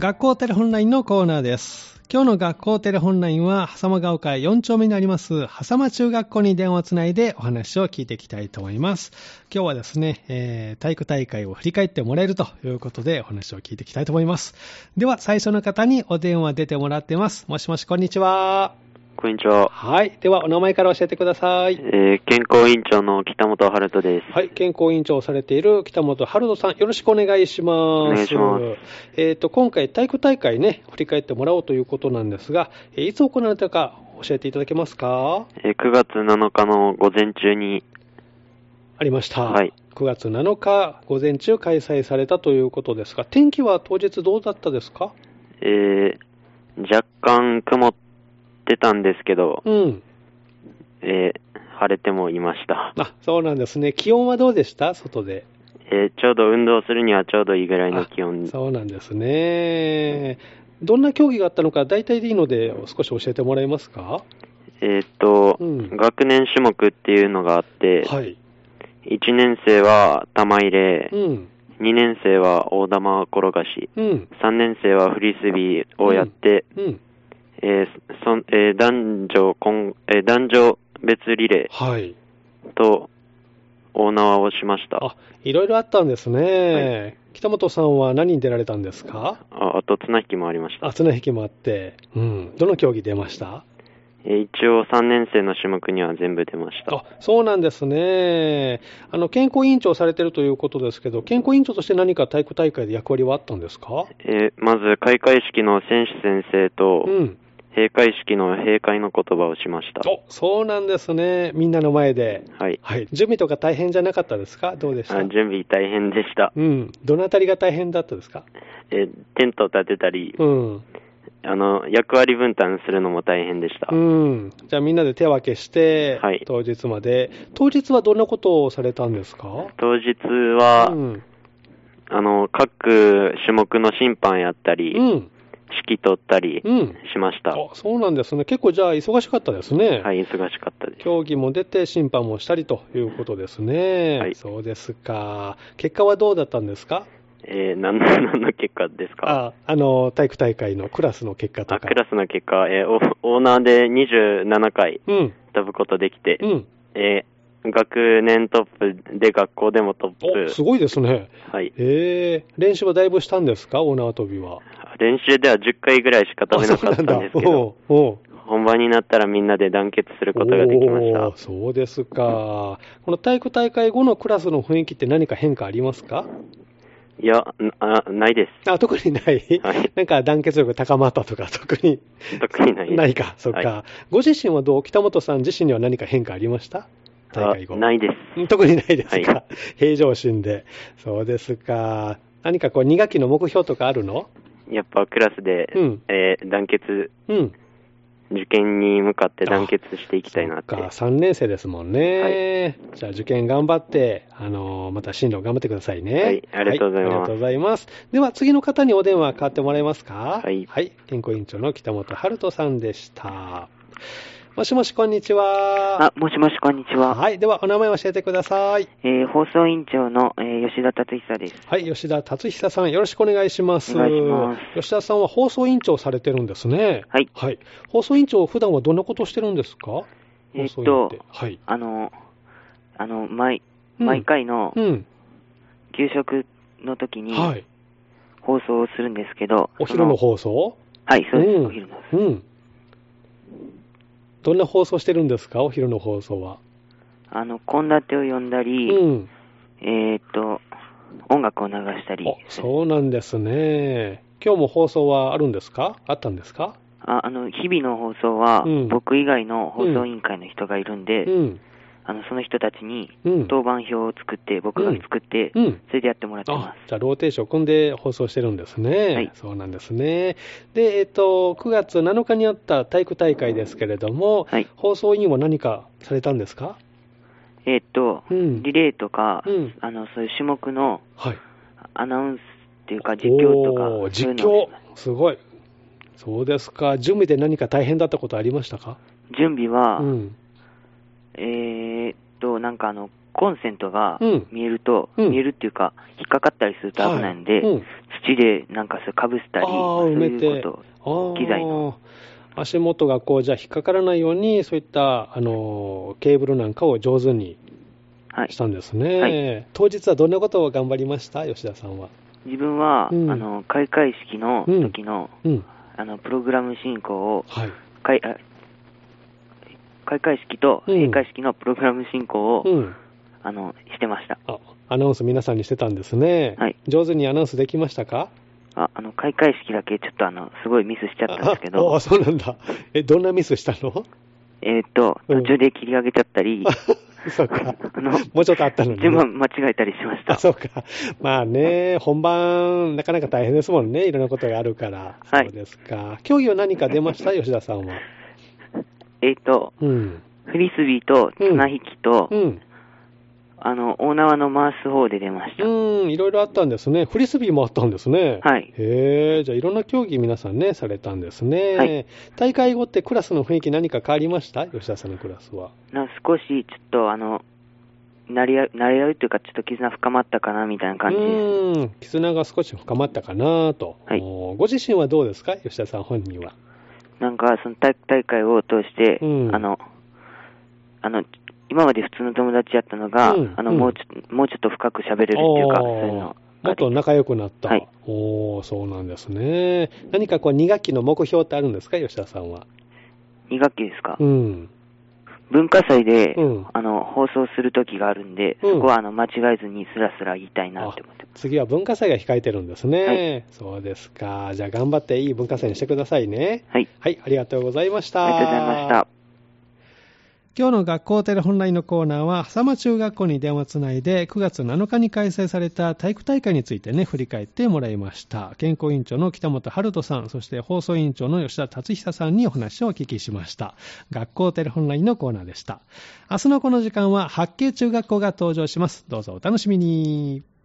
学校テレホンラインのコーナーです。今日の学校テレホンラインは、狭間が丘4丁目にあります、狭間中学校に電話をつないでお話を聞いていきたいと思います。今日はですね、体育大会を振り返ってもらえるということでお話を聞いていきたいと思います。では、最初の方にお電話出てもらってます。もしもし、こんにちは。 こんにちは。 はい。では、お名前から教えてください。 健康委員長の北本春人です。 はい。健康委員長をされている北本春人さん、よろしくお願いします。 お願いします。 今回、体育大会ね、振り返ってもらおうということなんですが、いつ行われたか教えていただけますか ？9月7日の午前中に。 ありました。 はい。 9月7日午前中開催されたということですが、天気は当日どうだったですか？ 若干曇ってたんですけど、晴れてもいました。 あ、そうなんですね。気温はどうでした？外で。 ちょうど運動するにはちょうどいいぐらいの気温。 そうなんですね。どんな競技があったのか大体でいいので少し教えてもらえますか？ 学年種目っていうのがあって、 はい、 1年生は玉入れ、2年生は大玉転がし、3年生はフリスビーをやって、男女別リレーと大縄をしました。 あ、いろいろあったんですね。はい、北本さんは何に出られたんですか？ あと綱引きもありました。 綱引きもあって、どの競技出ました？ 一応3年生の種目には全部出ました。 あ、そうなんですね。健康委員長されているということですけど、健康委員長として何か体育大会で役割はあったんですか？ まず開会式の選手先生と、閉会式の閉会の言葉をしました。 そうなんですね。みんなの前で。 はい。 準備とか大変じゃなかったですか？どうでした？ 準備大変でした。 どのあたりが大変だったですか？ テント立てたり、役割分担するのも大変でした。 じゃあみんなで手分けして、当日まで。当日はどんなことをされたんですか？ 当日は、各種目の審判やったり、指揮取ったりしました。 そうなんですね。結構じゃあ忙しかったですね。 はい、忙しかったです。 競技も出て審判もしたりということですね。はい、そうですか。結果はどうだったんですか？ 何の結果ですか？ 体育大会のクラスの結果とか。 クラスの結果、オーナーで27回飛ぶことできて、学年トップで学校でもトップ。 すごいですね。 はい。 練習はだいぶしたんですか？オーナー跳びは。 練習では10回ぐらいしか飛べなかったんですけど、本番になったらみんなで団結することができました。 そうですか。この体育大会後のクラスの雰囲気って何か変化ありますか？ いや、ないです。 特にない、なんか団結力高まったとか、特にないです。 ないか、そっか。ご自身はどう？北本さん自身には何か変化ありました？大会後。 ないです。 特にないですか。平常心で。そうですか。何か2学期の目標とかあるの？ やっぱクラスで、団結、受験に向かって団結していきたいなって。 3年生ですもんね。じゃあ受験頑張って、また進路頑張ってくださいね。 はい、ありがとうございます。 ありがとうございます。では次の方にお電話変わってもらえますか？ はい。 健康委員長の北本春人さんでした。もしもし、こんにちは。 もしもし、こんにちは。 はい。では、お名前を教えてください。 放送委員長の、吉田達久です。 はい。吉田達久さん、よろしくお願いします。 お願いします。 吉田さんは放送委員長されてるんですね。 はい。 はい。放送委員長、普段はどんなことをしてるんですか？ はい。毎回の、給食の時に、放送をするんですけど。 お昼の放送？ はい、そうです。お昼の放送。 どんな放送してるんですか？お昼の放送は。 献立を読んだり、音楽を流したり。 そうなんですね。今日も放送はあるんですか？あったんですか？ 日々の放送は、僕以外の放送委員会の人がいるんで、その人たちに当番表を作って、僕が作って、それでやってもらってます。 じゃあ、ローテーション組んで放送してるんですね。はい。そうなんですね。で、9月7日にあった体育大会ですけれども、放送委員は何かされたんですか？ リレーとか、そういう種目のアナウンスっていうか、実況とか。 実況、すごい。そうですか。準備で何か大変だったことありましたか？ 準備は、なんかコンセントが見えると、見えるっていうか、引っかかったりすると危ないので、土でなんかかぶせたり、そういうこと、機材の。 足元がこう、じゃあ引っかからないように、そういった、ケーブルなんかを上手にしたんですね。はい、当日はどんなことを頑張りました、吉田さんは。 自分は、開会式の時の、プログラム進行を、開会式と閉会式のプログラム進行を、してました。 アナウンス皆さんにしてたんですね。はい、上手にアナウンスできましたか？ 開会式だけちょっとすごいミスしちゃったんですけど。 そうなんだ。どんなミスしたの？ 途中で切り上げちゃったり。 そうか。もうちょっとあったのに、ね。 順番間違えたりしました。 そうか。まあね、本番、なかなか大変ですもんね。いろんなことがあるから。はい、そうですか。競技は何か出ました吉田さんは。 フリスビーと綱引きと、大縄の回す方で出ました。 いろいろあったんですね。フリスビーもあったんですね。 はい。 じゃあいろんな競技皆さんね、されたんですね。はい。大会後ってクラスの雰囲気何か変わりました？吉田さんのクラスは。 少しちょっと慣れ合うというか、ちょっと絆深まったかなみたいな感じです。 絆が少し深まったかなと。はい。ご自身はどうですか？吉田さん本人は。 なんかその大会を通して、今まで普通の友達やったのが、もうちょっと深く喋れるっていうか、そういうの。 もっと仲良くなった。はい、そうなんですね。何か2学期の目標ってあるんですか、吉田さんは。 2学期ですか？文化祭で、放送する時があるんで、そこは間違えずにスラスラ言いたいなって思ってます。 次は文化祭が控えてるんですね。はい、そうですか。じゃあ頑張っていい文化祭にしてくださいね。はい。はい、ありがとうございました。 ありがとうございました。 今日の学校テレホンラインのコーナーは、狭間中学校に電話つないで9月7日に開催された体育大会についてね、振り返ってもらいました。健康委員長の北本春人さん、そして放送委員長の吉田達久さんにお話をお聞きしました。学校テレホンラインのコーナーでした。明日のこの時間は八景中学校が登場します。どうぞお楽しみに。